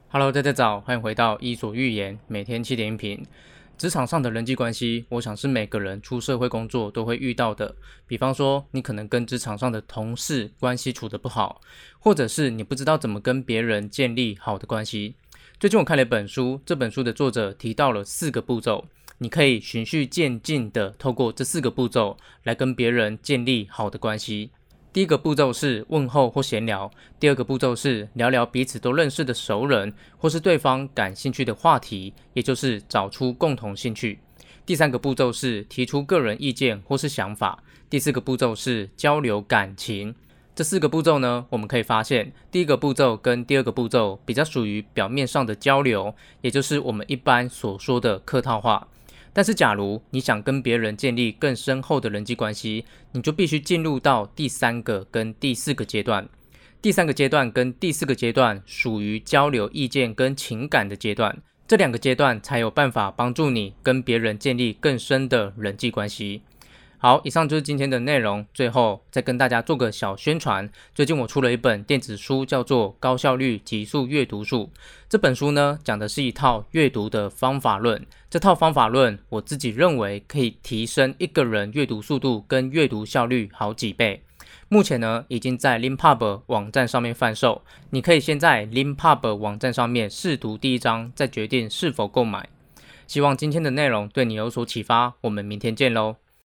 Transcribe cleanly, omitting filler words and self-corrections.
Hello，大家早，欢迎回到伊索寓言，每天7点音频。职场上的人际关系，我想是每个人出社会工作都会遇到的。比方说，你可能跟职场上的同事关系处得不好，或者是你不知道怎么跟别人建立好的关系。最近我看了一本书，这本书的作者提到了4个步骤，你可以循序渐进的透过这4个步骤来跟别人建立好的关系。第一个步骤是问候或闲聊，第二个步骤是聊聊彼此都认识的熟人或是对方感兴趣的话题，也就是找出共同兴趣。第三个步骤是提出个人意见或是想法，第四个步骤是交流感情。这4个步骤呢，我们可以发现第一个步骤跟第二个步骤比较属于表面上的交流，也就是我们一般所说的客套话。但是假如你想跟别人建立更深厚的人际关系，你就必须进入到第3个跟第4个阶段。第3个阶段跟第4个阶段属于交流意见跟情感的阶段，这2个阶段才有办法帮助你跟别人建立更深的人际关系。好，以上就是今天的内容。最后再跟大家做个小宣传，最近我出了一本电子书，叫做《高效率极速阅读术》。这本书呢，讲的是一套阅读的方法论。这套方法论，我自己认为可以提升一个人阅读速度跟阅读效率好几倍。目前呢，已经在 Leanpub 网站上面贩售，你可以先在 Leanpub 网站上面试读第1章，再决定是否购买。希望今天的内容对你有所启发，我们明天见咯。